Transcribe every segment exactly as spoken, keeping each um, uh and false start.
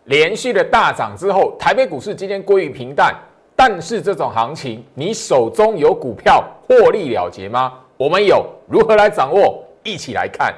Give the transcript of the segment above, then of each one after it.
连续的大涨之后，台北股市今天归于平淡。但是这种行情，你手中有股票获利了结吗？我们有，如何来掌握？一起来看。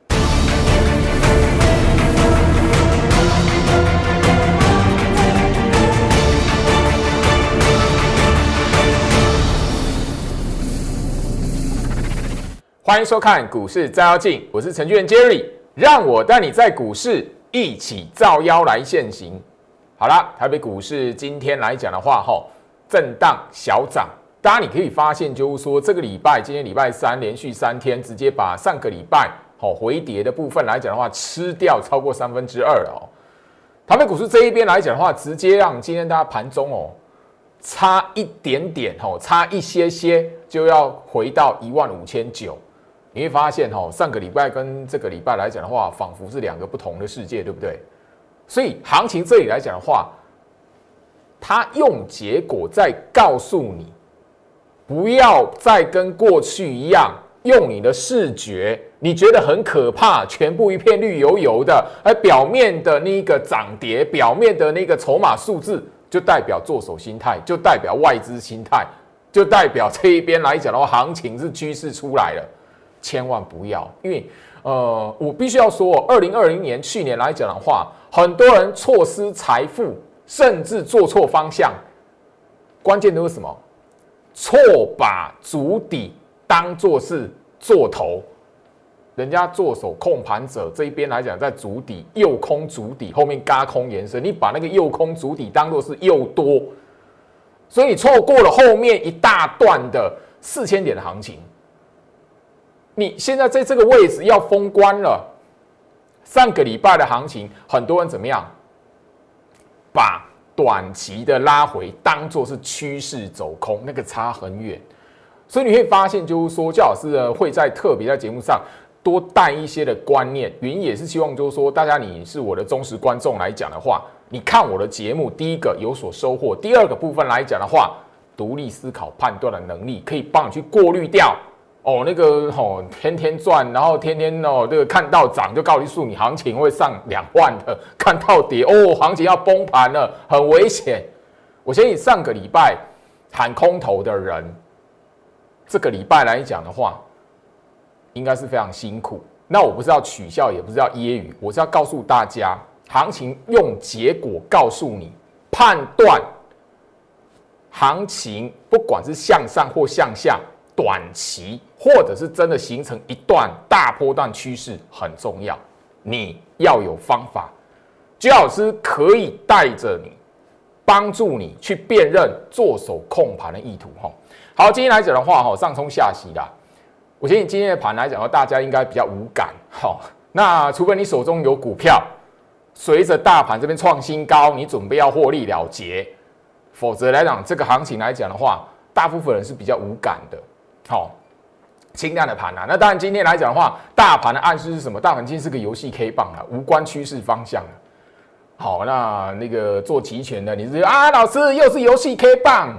欢迎收看股市照妖镜，我是程序员 Jerry， 让我带你在股市一起照妖来现行。好啦，台北股市今天来讲的话，吼，震荡小涨。当然你可以发现，就是说这个礼拜，今天礼拜三连续三天，直接把上个礼拜好回跌的部分来讲的话，吃掉超过三分之二了哦。台北股市这一边来讲的话，直接让今天大家盘中哦，差一点点哦，差一些些就要回到一万五千九。你会发现哦，上个礼拜跟这个礼拜来讲的话，仿佛是两个不同的世界，对不对？所以行情这里来讲的话，它用结果在告诉你，不要再跟过去一样，用你的视觉，你觉得很可怕，全部一片绿油油的，而表面的那个涨跌，表面的那个筹码数字，就代表做手心态，就代表外资心态，就代表这一边来讲的话，行情是趋势出来了。千万不要，因为呃，我必须要说，二零二零年去年来讲的话，很多人错失财富，甚至做错方向。关键都是什么？错把主底当作是做头，人家做手控盘者这一边来讲，在主底右空主底后面轧空延伸，你把那个右空主底当作是右多，所以你错过了后面一大段的四千点的行情。你现在在这个位置要封关了，上个礼拜的行情，很多人怎么样？把短期的拉回当作是趋势走空，那个差很远。所以你会发现，就是说，焦老师呢会在特别在节目上多带一些的观念，原因也是希望就是说，大家你是我的忠实观众来讲的话，你看我的节目，第一个有所收获，第二个部分来讲的话，独立思考判断的能力可以帮你去过滤掉。哦，那个哦，天天赚，然后天天哦，这个看到涨就告诉你行情会上两万的，看到跌哦，行情要崩盘了，很危险。我相信上个礼拜喊空头的人，这个礼拜来讲的话，应该是非常辛苦。那我不是要取笑，也不是要揶揄，我是要告诉大家，行情用结果告诉你，判断行情不管是向上或向下。短期或者是真的形成一段大波段趋势很重要，你要有方法。焦老师可以带着你，帮助你去辨认做手控盘的意图。好，今天来讲的话，上冲下洗啦。我相信今天的盘来讲，大家应该比较无感。那除非你手中有股票，随着大盘这边创新高，你准备要获利了结，否则来讲，这个行情来讲的话，大部分人是比较无感的。好，清淡的盘啊。那当然，今天来讲的话，大盘的暗示是什么？大盘今天是个游戏 K 棒啊，无关趋势方向啊。好，那那个做期权的，你是啊，老师又是游戏 K 棒。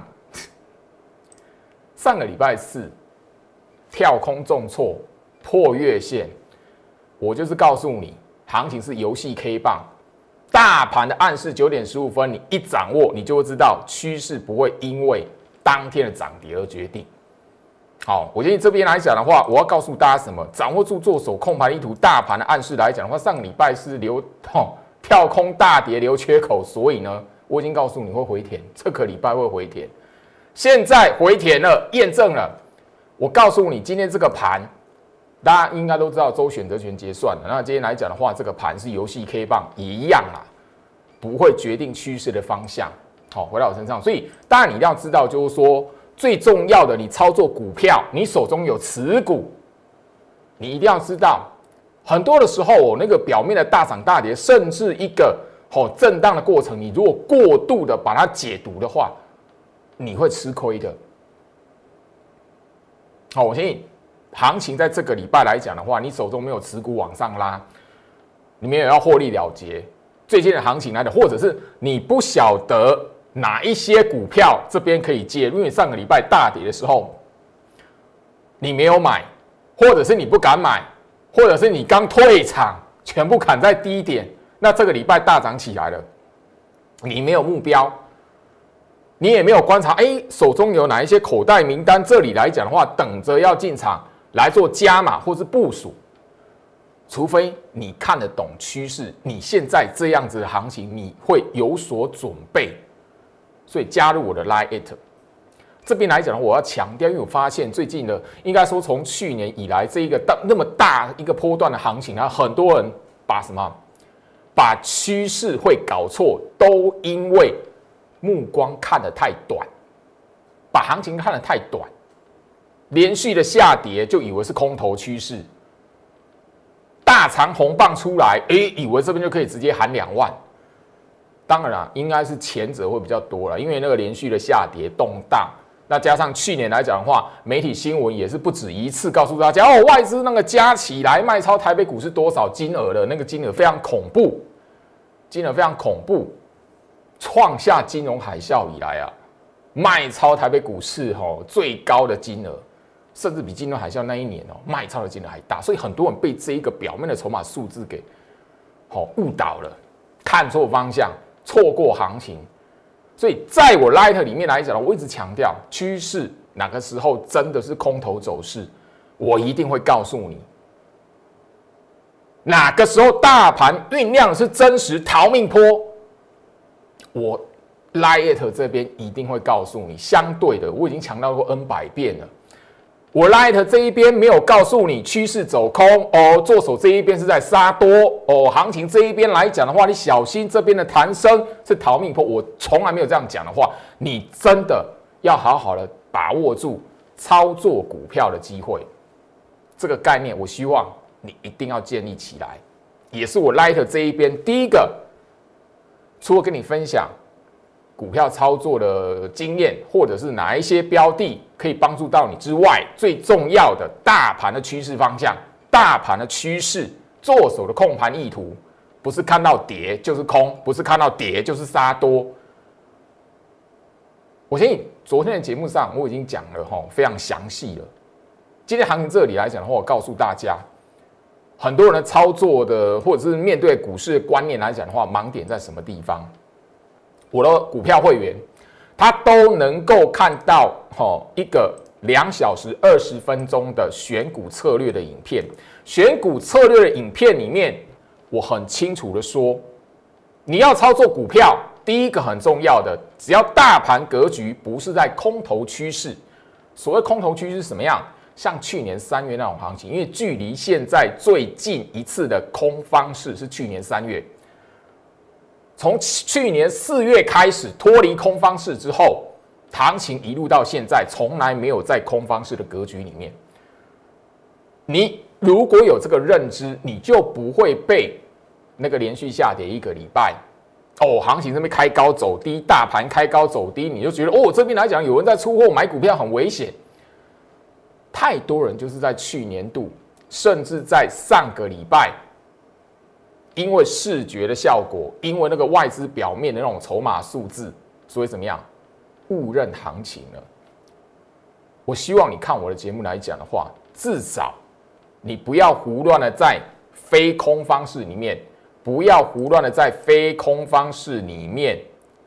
上个礼拜四跳空重挫破月线，我就是告诉你，行情是游戏 K 棒。大盘的暗示九点十五分，你一掌握，你就会知道趋势不会因为当天的涨跌而决定。好，我建议这边来讲的话，我要告诉大家什么？掌握住做手控盘意图，大盘的暗示来讲的话，上个礼拜是留、哦、跳空大跌留缺口，所以呢，我已经告诉你会回填，这个礼拜会回填。现在回填了，验证了。我告诉你，今天这个盘，大家应该都知道周选择权结算了。那今天来讲的话，这个盘是游戏 K 棒也一样啦，不会决定趋势的方向。好，回到我身上，所以当然你一定要知道，就是说。最重要的，你操作股票，你手中有持股，你一定要知道，很多的时候哦，那个表面的大涨大跌，甚至一个哦震荡的过程，你如果过度的把它解读的话，你会吃亏的。好，我相信行情在这个礼拜来讲的话，你手中没有持股往上拉，你没有要获利了结，最近的行情来的，或者是你不晓得。哪一些股票这边可以接？因为上个礼拜大跌的时候，你没有买，或者是你不敢买，或者是你刚退场，全部砍在低点。那这个礼拜大涨起来了， 你没有目标，你也没有观察，哎，手中有哪一些口袋名单？这里来讲的话，等着要进场来做加码或是部署。除非你看得懂趋势，你现在这样子的行情，你会有所准备。所以加入我的 Line It。这边来讲，我要强调，因为我发现最近的，应该说从去年以来这一个大那么大一个波段的行情啊，很多人把什么把趋势会搞错，都因为目光看得太短，把行情看得太短，连续的下跌就以为是空头趋势，大长红棒出来，哎，以为这边就可以直接喊两万。当然啦，应该是前者会比较多了，因为那个连续的下跌动荡。那加上去年来讲的话，媒体新闻也是不止一次告诉大家，哦，外资那个加起来卖超台北股市多少金额的，那个金额非常恐怖，金额非常恐怖，创下金融海啸以来啊，卖超台北股市吼最高的金额，甚至比金融海啸那一年哦卖超的金额还大，所以很多人被这一个表面的筹码数字给吼误导了，看错方向，错过行情。所以在我 Light 里面来讲，我一直强调趋势哪个时候真的是空头走势，我一定会告诉你。哪个时候大盘酝酿是真实逃命波，我 Light 这边一定会告诉你。相对的，我已经强调过 N 百遍了。我 Light 这一边没有告诉你趋势走空哦，做手这一边是在杀多哦，行情这一边来讲的话，你小心这边的弹升是逃命波。我从来没有这样讲的话，你真的要好好的把握住操作股票的机会。这个概念，我希望你一定要建立起来，也是我 Light 这一边第一个，除了跟你分享股票操作的经验，或者是哪一些标的可以帮助到你之外，最重要的大盘的趋势方向、大盘的趋势、做手的控盘意图，不是看到跌就是空，不是看到跌就是杀多。我相信昨天的节目上我已经讲了哈，非常详细了。今天行情这里来讲的话，我告诉大家，很多人的操作的或者是面对股市的观念来讲的话，盲点在什么地方？我的股票会员，他都能够看到吼一个两小时二十分钟的选股策略的影片。选股策略的影片里面，我很清楚的说，你要操作股票，第一个很重要的，只要大盘格局不是在空头趋势。所谓空头趋势是什么样？像去年三月那种行情，因为距离现在最近一次的空方式是去年三月。从去年四月开始脱离空方式之后，行情一路到现在，从来没有在空方式的格局里面。你如果有这个认知，你就不会被那个连续下跌一个礼拜，哦，行情这边开高走低，大盘开高走低，你就觉得哦，这边来讲有人在出货买股票很危险。太多人就是在去年度，甚至在上个礼拜。因为视觉的效果，因为那个外资表面的那种筹码数字，所以怎么样误认行情了？我希望你看我的节目来讲的话，至少你不要胡乱的在非空方式里面，不要胡乱的在非空方式里面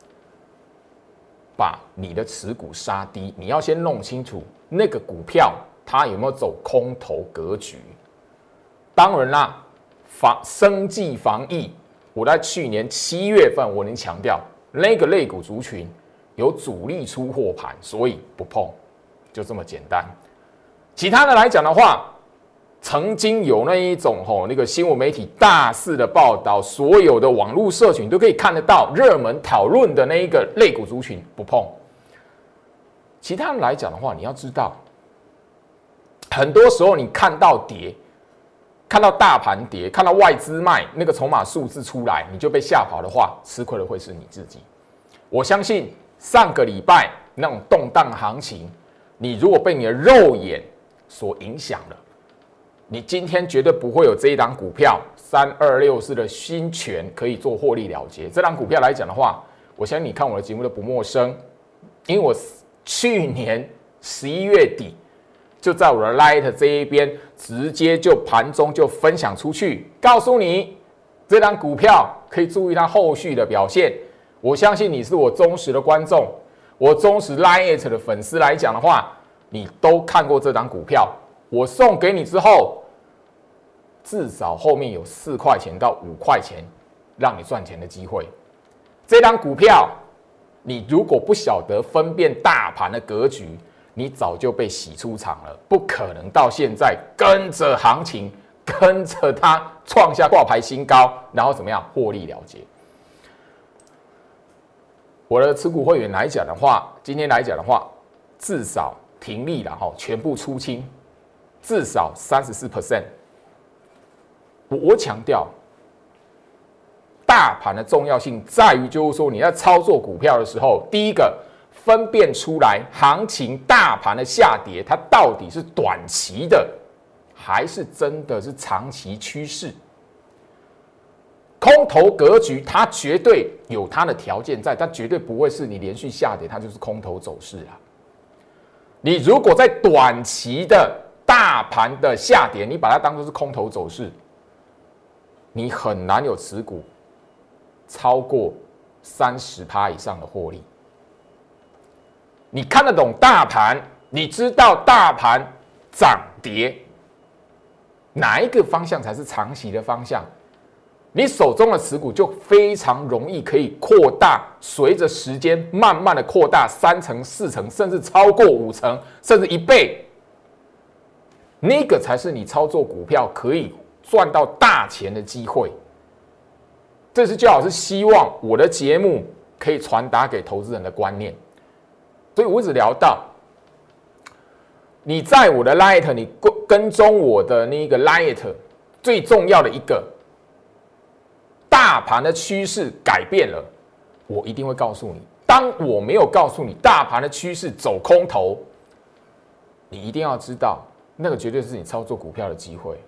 把你的持股杀低。你要先弄清楚那个股票它有没有走空头格局。当然啦。防生技防疫，我在去年七月份我已经强调，那个类股族群有主力出货盘，所以不碰，就这么简单。其他的来讲的话，曾经有那一种吼那个新闻媒体大肆的报道，所有的网络社群都可以看得到热门讨论的那一个类股族群不碰。其他人来讲的话，你要知道，很多时候你看到跌。看到大盘跌，看到外资卖，那个筹码数字出来，你就被吓跑的话，吃亏的会是你自己。我相信上个礼拜那种动荡行情，你如果被你的肉眼所影响了，你今天绝对不会有这一档股票三二六四的新权可以做获利了结。这档股票来讲的话，我相信你看我的节目都不陌生，因为我去年十一月底。就在我的 Light 这一边，直接就盘中就分享出去，告诉你这张股票可以注意它后续的表现。 我相信你是我忠实的观众，我忠实 Line 的粉丝来讲的话，你都看过这档股票。我送给你之后，至少后面有四块钱到五块钱让你赚钱的机会。这档股票，你如果不晓得分辨大盘的格局，你早就被洗出场了，不可能到现在跟着行情，跟着它创下挂牌新高，然后怎么样获利了结。我的持股会员来讲的话，今天来讲的话，至少停利了哈，全部出清，至少 百分之三十四。我我强调，大盘的重要性在于，就是说你在操作股票的时候，第一个分辨出来行情大盘的下跌，它到底是短期的，还是真的是长期趋势。空头格局，它绝对有它的条件在，它绝对不会是你连续下跌，它就是空头走势啊。你如果在短期的大盘的下跌，你把它当作是空头走势，你很难有持股超过 百分之三十 以上的获利。你看得懂大盘，你知道大盘涨跌，哪一个方向才是长期的方向？你手中的持股就非常容易可以扩大，随着时间慢慢的扩大三成、四成，甚至超过五成，甚至一倍。那个才是你操作股票可以赚到大钱的机会。这是最好是希望我的节目可以传达给投资人的观念。所以我一直聊到，你在我的 Light， 你跟踪我的那个 Light， 最重要的一个。大盘的趋势改变了，我一定会告诉你。当我没有告诉你大盘的趋势走空头，你一定要知道，那个绝对是你操作股票的机会。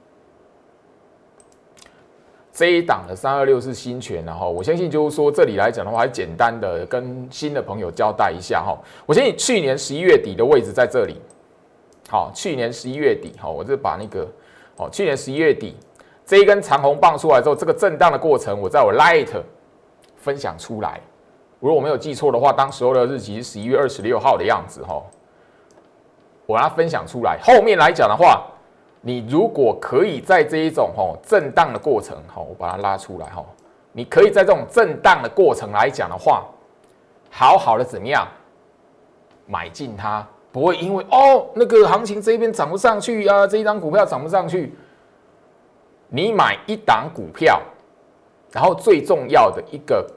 这一档的三二六是新权，然后我相信就是说，这里来讲的话，还简单的跟新的朋友交代一下哈。我相信去年十一月底的位置在这里，好，去年十一月底，好，我就把那个，好，去年十一月底。这一根长红棒出来之后，这个震荡的过程，我在我 Light 分享出来。如果我没有记错的话，当时候的日期是十一月二十六号的样子哈。我把它分享出来。后面来讲的话，你如果可以在这一种哈震荡的过程哈，我把它拉出来哈，你可以在这种震荡的过程来讲的话，好好的怎么样买进它，不会因为哦那个行情这边涨不上去啊，这一张股票涨不上去。你买一档股票，然后最重要的一个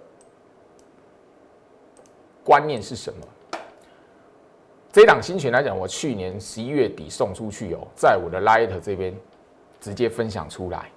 观念是什么？这一档新权来讲，我去年十一月底送出去哦，在我的 Light 这边直接分享出来。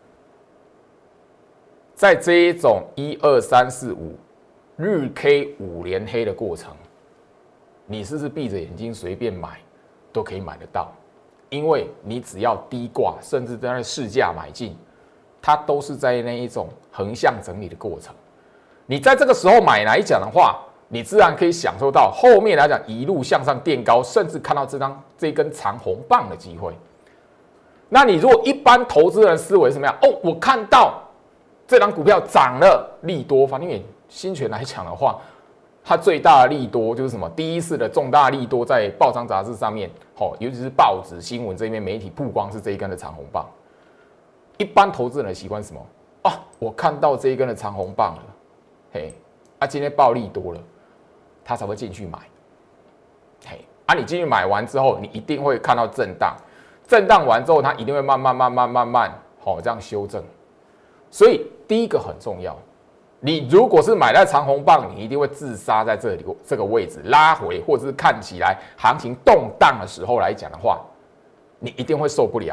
在这一种一二三四五日 K 五连黑的过程，你是不是闭着眼睛随便买都可以买得到？因为你只要低挂，甚至在那市价买进，它都是在那一种横向整理的过程。你在这个时候买来讲的话，你自然可以享受到后面来讲一路向上垫高，甚至看到这张这根长红棒的机会。那你如果一般投资人思维是什么样？哦，我看到这张股票涨了，利多方面新权来讲的话。它最大的利多就是什么？第一次的重大利多在报章杂志上面，哦，尤其是报纸新闻这边媒体曝光是这一根的长红棒。一般投资人的习惯是什么？啊，我看到这一根的长红棒了，嘿，啊，今天爆利多了，他才会进去买，嘿，啊，你进去买完之后，你一定会看到震荡，震荡完之后，它一定会慢慢慢慢慢慢，好，这样修正。所以第一个很重要。你如果是买在长红棒，你一定会自杀在这里这个位置拉回，或者是看起来行情动荡的时候来讲的话，你一定会受不了。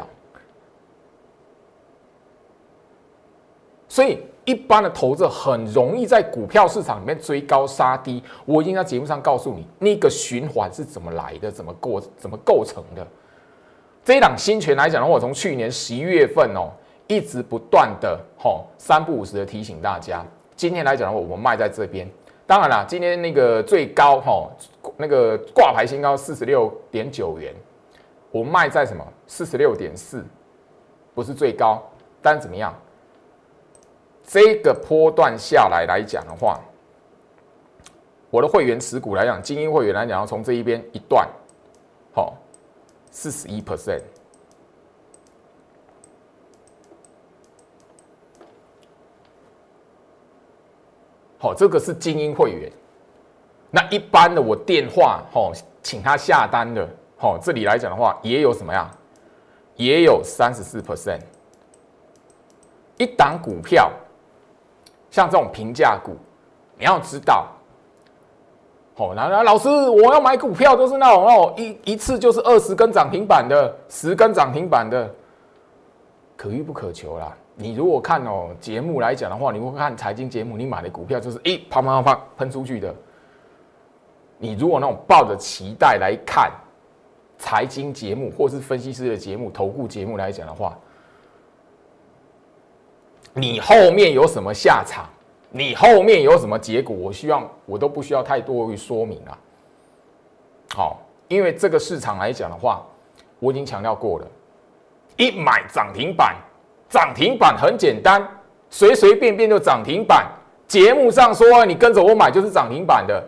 所以一般的投资者很容易在股票市场里面追高杀低。我已经在节目上告诉你，那个循环是怎么来的，怎么过，怎么构成的。这一档新权来讲的话，我从去年十一月份哦，一直不断的吼三不五时的提醒大家。今天来讲的话，我们卖在这边。当然啦，今天那个最高哈，那个挂牌新高四十六点九元，我们卖在什么？四十六点四，不是最高，但怎么样？这个波段下来来讲的话， 我的会员持股来讲，精英会员来讲，要从这一边一段，好，四十一 percent。好，这个是精英会员。那一般的我电话，吼，请他下单的，吼，这里来讲的话，也有什么样？也有 百分之三十四。一档股票，像这种平价股，你要知道，哦，那那老师，我要买股票都是那种哦，一一次就是二十根涨停板的，十根涨停板的，可遇不可求啦。你如果看哦节目来讲的话，你会看财经节目，你买的股票就是一啪啪啪喷出去的。你如果那种抱着期待来看财经节目或是分析师的节目、投顾节目来讲的话，你后面有什么下场？你后面有什么结果？我希望我都不需要太多于说明了。好，因为这个市场来讲的话，我已经强调过了，一买涨停板，涨停板很简单，随随便便就涨停板。节目上说你跟着我买就是涨停板的，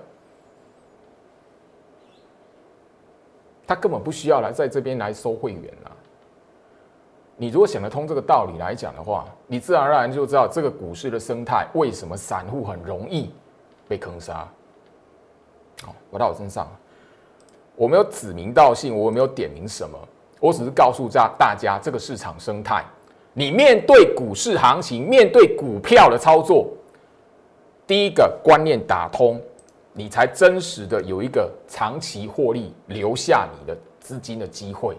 他根本不需要来在这边来收会员啦。你如果想得通这个道理来讲的话，你自然而然就知道这个股市的生态为什么散户很容易被坑杀。好，回到我身上，我没有指名道姓，我没有点名什么，我只是告诉大家这个市场生态。你面对股市行情，面对股票的操作，第一个观念打通，你才真实的有一个长期获利留下你的资金的机会。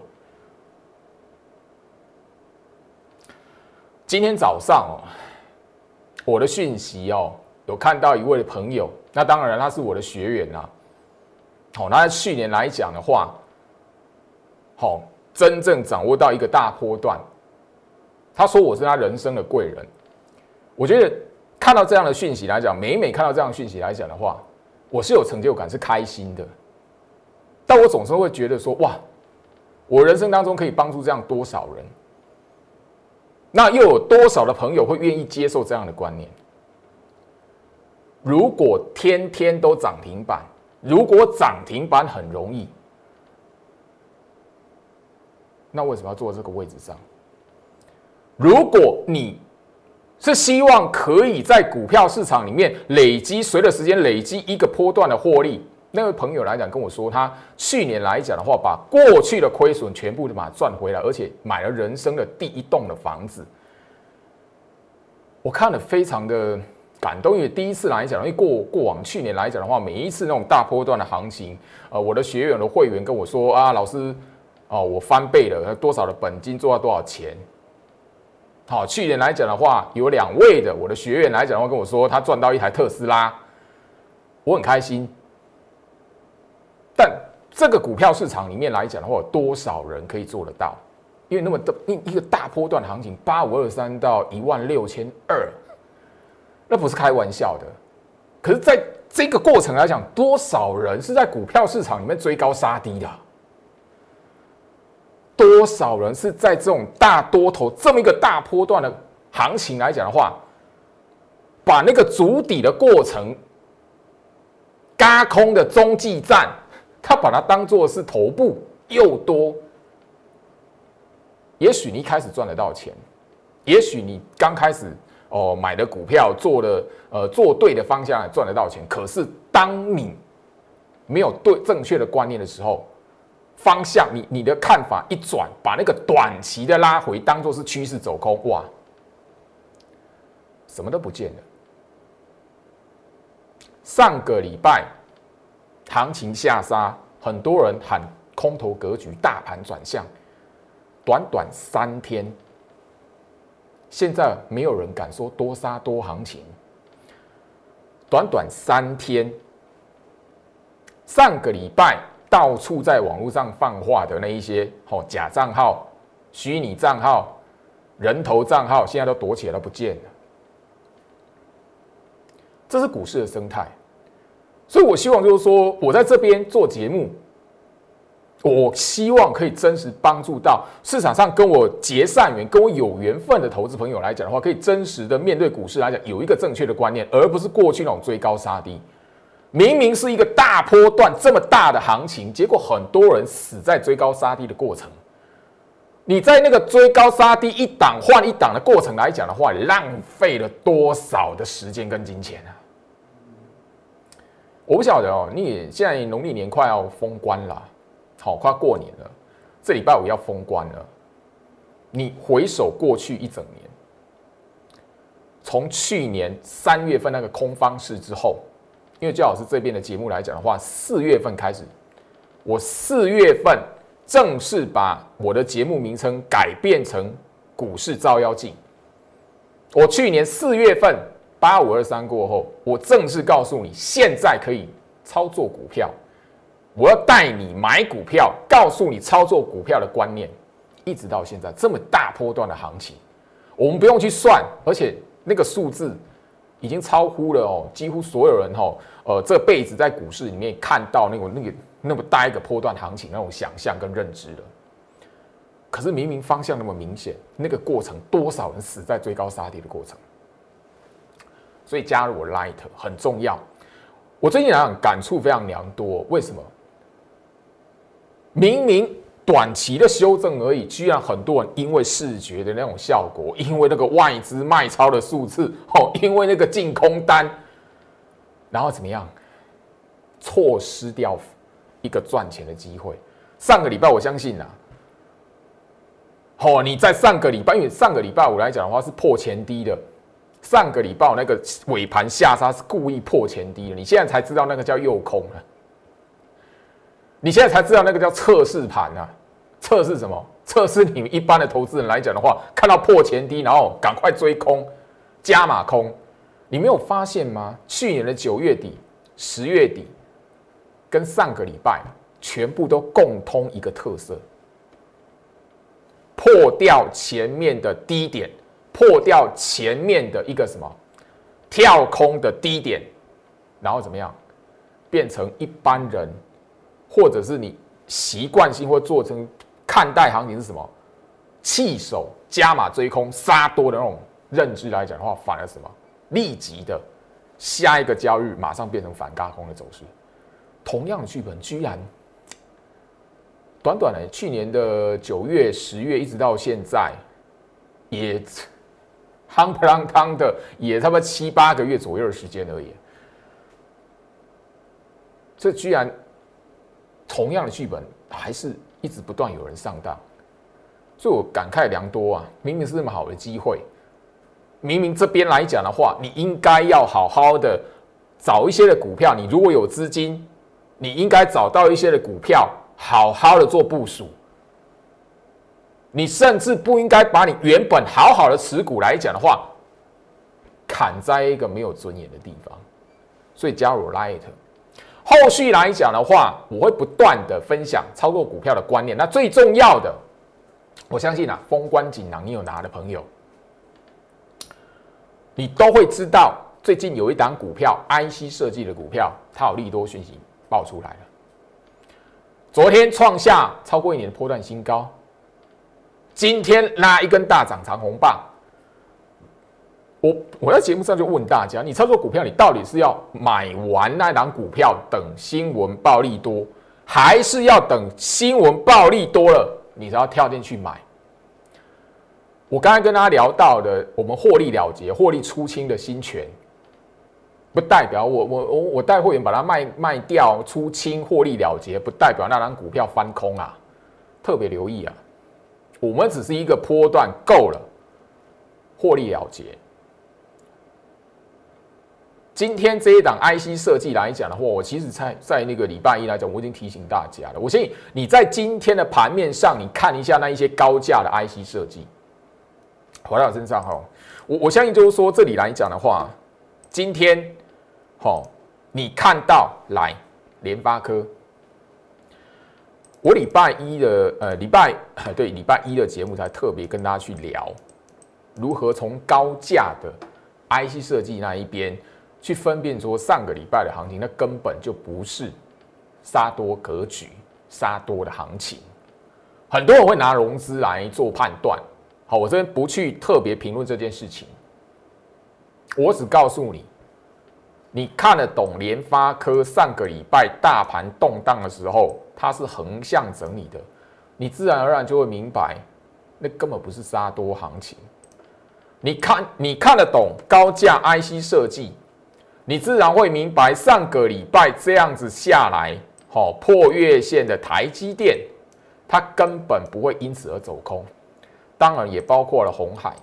今天早上哦，我的讯息哦，有看到一位朋友，那当然他是我的学员啦。好，那去年来讲的话，好，真正掌握到一个大波段，他说我是他人生的贵人。我觉得看到这样的讯息来讲，每每看到这样的讯息来讲的话，我是有成就感，是开心的。但我总是会觉得说，哇，我人生当中可以帮助这样多少人？那又有多少的朋友会愿意接受这样的观念？如果天天都涨停板，如果涨停板很容易，那为什么要坐在这个位置上？如果你是希望可以在股票市场里面累积，随着时间累积一个波段的获利，那位朋友来讲跟我说，他去年来讲的话，把过去的亏损全部都把它赚回来，而且买了人生的第一栋的房子。我看了非常的感动，因为第一次来讲，因为过过往去年来讲的话，每一次那种大波段的行情，呃，我的学员的会员跟我说啊，老师，哦，我翻倍了，多少的本金做到多少钱？好，去年来讲的话，有两位的我的学员来讲的话跟我说，他赚到一台特斯拉，我很开心。但这个股票市场里面来讲的话，有多少人可以做得到？因为那么的一个大波段行情，八五二三到一万六千二，那不是开玩笑的。可是，在这个过程来讲，多少人是在股票市场里面追高杀低的？多少人是在这种大多头这么一个大波段的行情来讲的话，把那个筑底的过程，軋空的中继站，他把它当作是头部又多。也许你一开始赚得到钱，也许你刚开始哦买的股票做的呃做对的方向赚得到钱，可是当你没有对正确的观念的时候，方向你你的看法一转，把那个短期的拉回当作是趋势走空，哇，什么都不见了。上个礼拜行情下杀，很多人喊空头格局，大盘转向。短短三天，现在没有人敢说多杀多行情。短短三天，上个礼拜到处在网络上放话的那一些哦假账号、虚拟账号、人头账号，现在都躲起来都不见了。这是股市的生态，所以我希望就是说，我在这边做节目。我希望可以真实帮助到市场上跟我结善缘、跟我有缘分的投资朋友来讲的话，可以真实的面对股市来讲，有一个正确的观念，而不是过去那种追高杀低。 明明是一个大波段这么大的行情，结果很多人死在追高杀低的过程。你在那个追高杀低一档换一档的过程来讲的话，浪费了多少的时间跟金钱啊？我不晓得哦，你现在农历年快要封关了，好，快过年了，这礼拜五要封关了。你回首过去一整年，从去年三月份那个空方式之后，因为焦老师这边的节目来讲的话，四月份开始，我四月份正式把我的节目名称改变成股市照妖镜。我去年四月份八五二三过后，我正式告诉你，现在可以操作股票。我要带你买股票，告诉你操作股票的观念，一直到现在这么大波段的行情，我们不用去算，而且那个数字已经超乎了哦，几乎所有人哦，呃，这辈子在股市里面看到那个那个那么大一个波段行情那种想象跟认知了。可是明明方向那么明显，那个过程多少人死在追高杀跌的过程。所以加入我 Light 很重要。我最近来讲感触非常良多，为什么？明明短期的修正而已，居然很多人因为视觉的那种效果，因为那个外资卖超的数字，哦，因为那个净空单，然后怎么样，错失掉一个赚钱的机会。上个礼拜我相信啊，哦，你在上个礼拜，因为上个礼拜五来讲的话是破前低的，上个礼拜那个尾盘下杀是故意破前低的，你现在才知道那个叫诱空了。你现在才知道那个叫测试盘啊，测试什么？测试你们一般的投资人来讲的话，看到破前低，然后赶快追空，加码空。你没有发现吗？去年的九月底、十月底，跟上个礼拜全部都共通一个特色：破掉前面的低点，破掉前面的一个什么跳空的低点，然后怎么样，变成一般人。或者是你习惯性或做成看待行情是什么？弃守加码追空杀多的那种认知来讲的话，反而什么？立即的下一个交易日马上变成反軋空的走势。同样的剧本，居然短短的去年的九月、十月一直到现在，也夯不啷当的，也差不多七八个月左右的时间而已。这居然。同样的剧本，还是一直不断有人上当，所以我感慨良多啊！明明是这么好的机会，明明这边来讲的话，你应该要好好的找一些的股票。你如果有资金，你应该找到一些的股票，好好的做部署。你甚至不应该把你原本好好的持股来讲的话，砍在一个没有尊严的地方。所以加入 Light。后续来讲的话，我会不断的分享操作股票的观念。那最重要的，我相信啊，封关锦囊你有拿的朋友，你都会知道，最近有一档股票 I C 设计的股票，它有利多讯息爆出来了。昨天创下超过一年的波段新高，今天拉一根大涨长红棒。我我在节目上就问大家，你操作股票，你到底是要买完那档股票等新闻暴利多，还是要等新闻暴利多了，你才要跳进去买？我刚才跟大家聊到的，我们获利了结、获利出清的新权，不代表我我我我带会员把它卖卖掉、出清、获利了结，不代表那档股票翻空啊！特别留意啊，我们只是一个波段够了，获利了结。今天这一档 I C 设计来讲的话，我其实在在那个礼拜一来讲，我已经提醒大家了。我建议你在今天的盘面上，你看一下那一些高价的 I C 设计。回到我身上哈，我我相信就是说，这里来讲的话，今天哈，你看到来联发科，我礼拜一的呃礼拜对礼拜一的节目才特别跟大家去聊，如何从高价的 I C 设计那一边。去分辨说上个礼拜的行情，那根本就不是杀多格局、杀多的行情。很多人会拿融资来做判断，好，我这边不去特别评论这件事情，我只告诉你， 你看得懂联发科上个礼拜大盘动荡的时候，它是横向整理的，你自然而然就会明白，那根本不是杀多行情。你看，你看得懂高价 I C 设计，你自然会明白上个礼拜这样子下来，好、哦、破月线的台积电，它根本不会因此而走空，当然也包括了鸿海。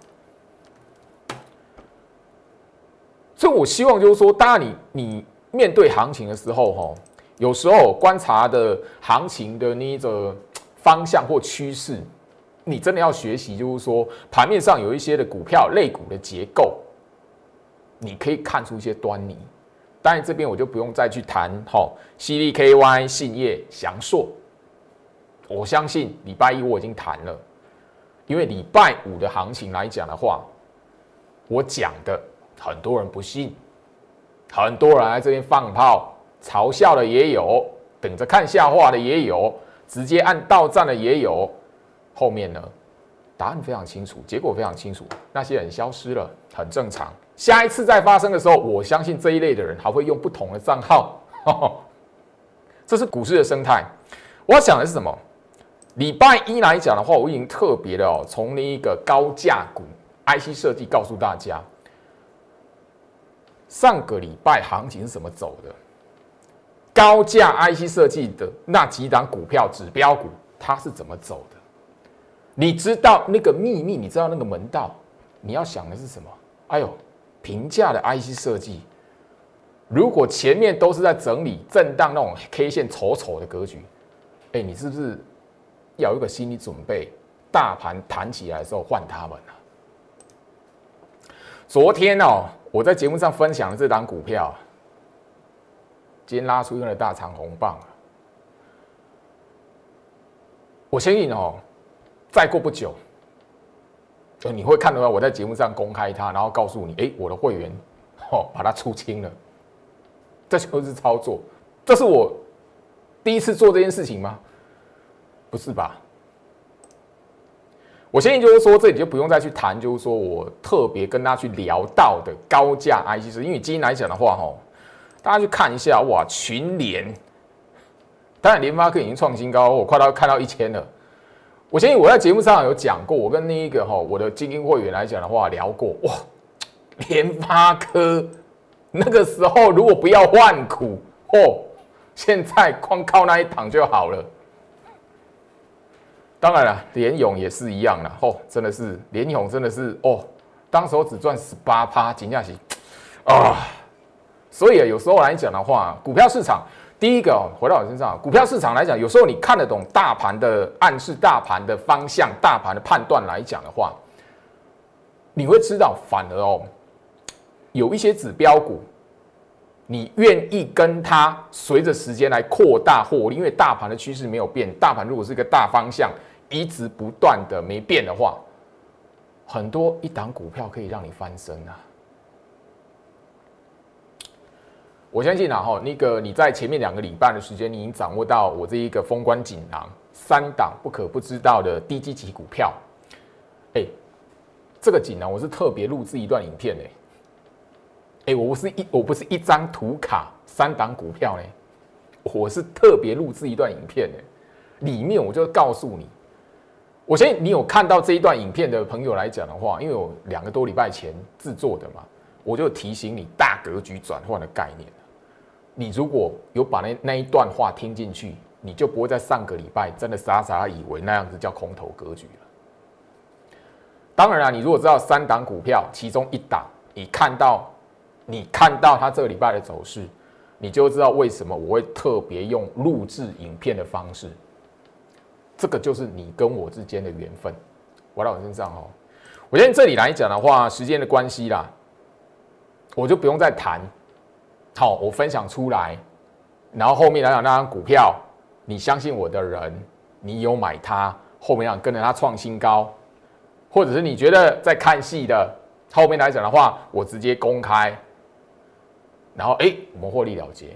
所以，我希望就是说，当然你你面对行情的时候，哈，有时候观察的行情的那个方向或趋势，你真的要学习，就是说盘面上有一些的股票类股的结构，你可以看出一些端倪。当然，这边我就不用再去谈哈 ，C D K Y、信业、祥硕，我相信礼拜一我已经谈了，因为礼拜五的行情来讲的话，我讲的。很多人不信，很多人来这边放炮、嘲笑的也有，等着看笑话的也有，直接按到站的也有。后面呢，答案非常清楚，结果非常清楚，那些人消失了，很正常。下一次再发生的时候，我相信这一类的人还会用不同的账号。呵呵这是股市的生态。我要讲的是什么？礼拜一来讲的话，我已经特别的哦，从那一个高价股 I C 设计告诉大家。上个礼拜行情是怎么走的？高价 I C 设计的那几档股票指标股，它是怎么走的？你知道那个秘密，你知道那个门道，你要想的是什么？哎呦，平价的 I C 设计，如果前面都是在整理震荡那种 K 线丑丑的格局，哎，你是不是要有一个心理准备？大盘弹起来的时候换他们啊！昨天哦。我在节目上分享的这档股票，今天拉出一个大长红棒。我相信哦，再过不久，你会看到我在节目上公开它，然后告诉你，哎，我的会员哦把它出清了。这就是操作，这是我第一次做这件事情吗？不是吧？我相信就是说，这里就不用再去谈，就是说我特别跟大家去聊到的高价 I C 是，因为今天来讲的话，哈，大家去看一下，哇，群联，当然联发科已经创新高，我快到看到一千了。我相信我在节目上有讲过，我跟那一个哈我的精英会员来讲的话聊过，哇，联发科那个时候如果不要万苦哦，现在光靠那一档就好了。当然了，联咏也是一样啦，哦，真的是联咏真的是哦，当时候只赚十八趴，真的是啊，所以有时候来讲的话，股票市场第一个、哦、回到我身上，股票市场来讲，有时候你看得懂大盘的暗示、大盘的方向、大盘的判断来讲的话，你会知道，反而哦，有一些指标股，你愿意跟它随着时间来扩大获利，因为大盘的趋势没有变，大盘如果是一个大方向。一直不断的没变的话，很多一档股票可以让你翻身啊！我相信啊，哈，那个你在前面两个礼拜的时间，你已经掌握到我这一个封关锦囊三档不可不知道的低基期股票。哎、欸，这个锦囊我是特别录制一段影片哎、欸，哎、欸，我不是一我不是一张图卡三档股票呢、欸，我是特别录制一段影片哎、欸，里面我就告诉你。我相信你有看到这一段影片的朋友来讲的话，因为我两个多礼拜前制作的嘛，我就提醒你大格局转换的概念。你如果有把那那一段话听进去，你就不会在上个礼拜真的傻傻以为那样子叫空头格局了。当然啦，你如果知道三档股票其中一档，你看到你看到它这个礼拜的走势，你就知道为什么我会特别用录制影片的方式。这个就是你跟我之间的缘分，回到我身上哦。我相信这里来讲的话，时间的关系啦，我就不用再谈。好，我分享出来，然后后面来讲那张股票，你相信我的人，你有买它，后面让跟着它创新高，或者是你觉得在看戏的，后面来讲的话，我直接公开，然后哎，我们获利了结。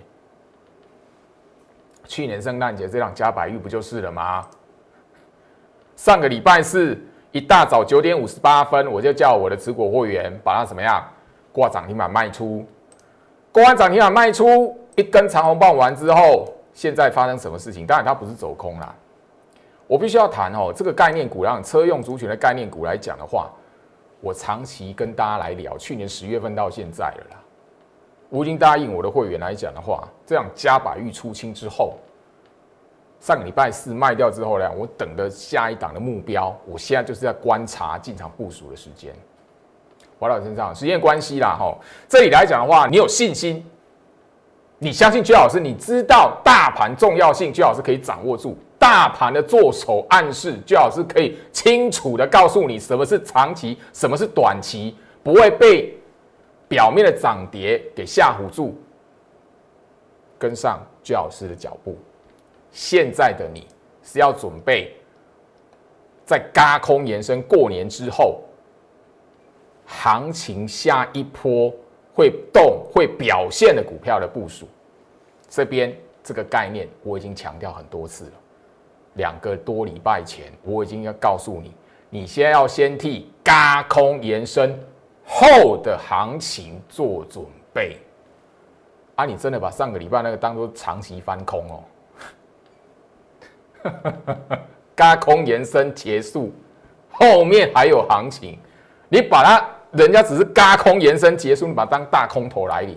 去年圣诞节这档嘉百玉不就是了吗？上个礼拜四一大早九点五十八分，我就叫我的持股会员把它怎么样挂涨停板卖出。 公安涨停板卖出一根长红棒完之后，现在发生什么事情？当然它不是走空啦。我必须要谈哦，这个概念股，让车用族群的概念股来讲的话，我长期跟大家来聊，去年十月份到现在了啦。我已经答应我的会员来讲的话，这样加百裕出清之后，上个礼拜四卖掉之后呢，我等的下一档的目标，我现在就是在观察进场部署的时间。回到身上，时间关系啦，哈，这里来讲的话，你有信心，你相信居老师，你知道大盘重要性，居老师可以掌握住大盘的做手暗示，居老师可以清楚的告诉你什么是长期，什么是短期，不会被表面的涨跌给吓唬住，跟上居老师的脚步。现在的你是要准备在軋空延伸过年之后，行情下一波会动会表现的股票的部署。这边这个概念我已经强调很多次了，两个多礼拜前我已经要告诉你，你现在要先替軋空延伸后的行情做准备。啊，你真的把上个礼拜那个当作长期翻空哦？軋空延伸结束，后面还有行情，你把它，人家只是軋空延伸结束，你把它当大空头来临，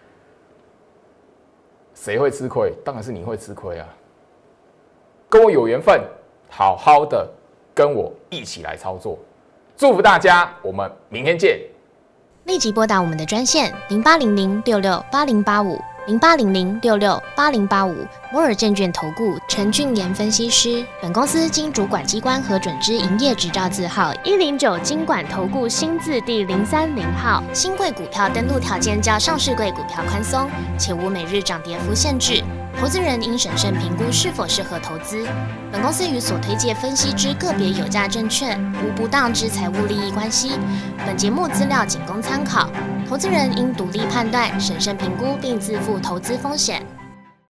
谁会吃亏？当然是你会吃亏啊！跟我有缘分，好好的跟我一起来操作，祝福大家，我们明天见。 立即拨打我们的专线零八零零六六八零八五零八零零六六八零八五摩尔证券投顾陈俊言分析师。本公司经主管机关核准之营业执照字号一零九金管投顾新字第零三零号。新贵股票登录条件较上市贵股票宽松，且无每日涨跌幅限制。投资人应审慎评估是否适合投资。本公司与所推介分析之个别有价证券无不当之财务利益关系。本节目资料仅供参考，投资人应独立判断、审慎评估并自负投资风险。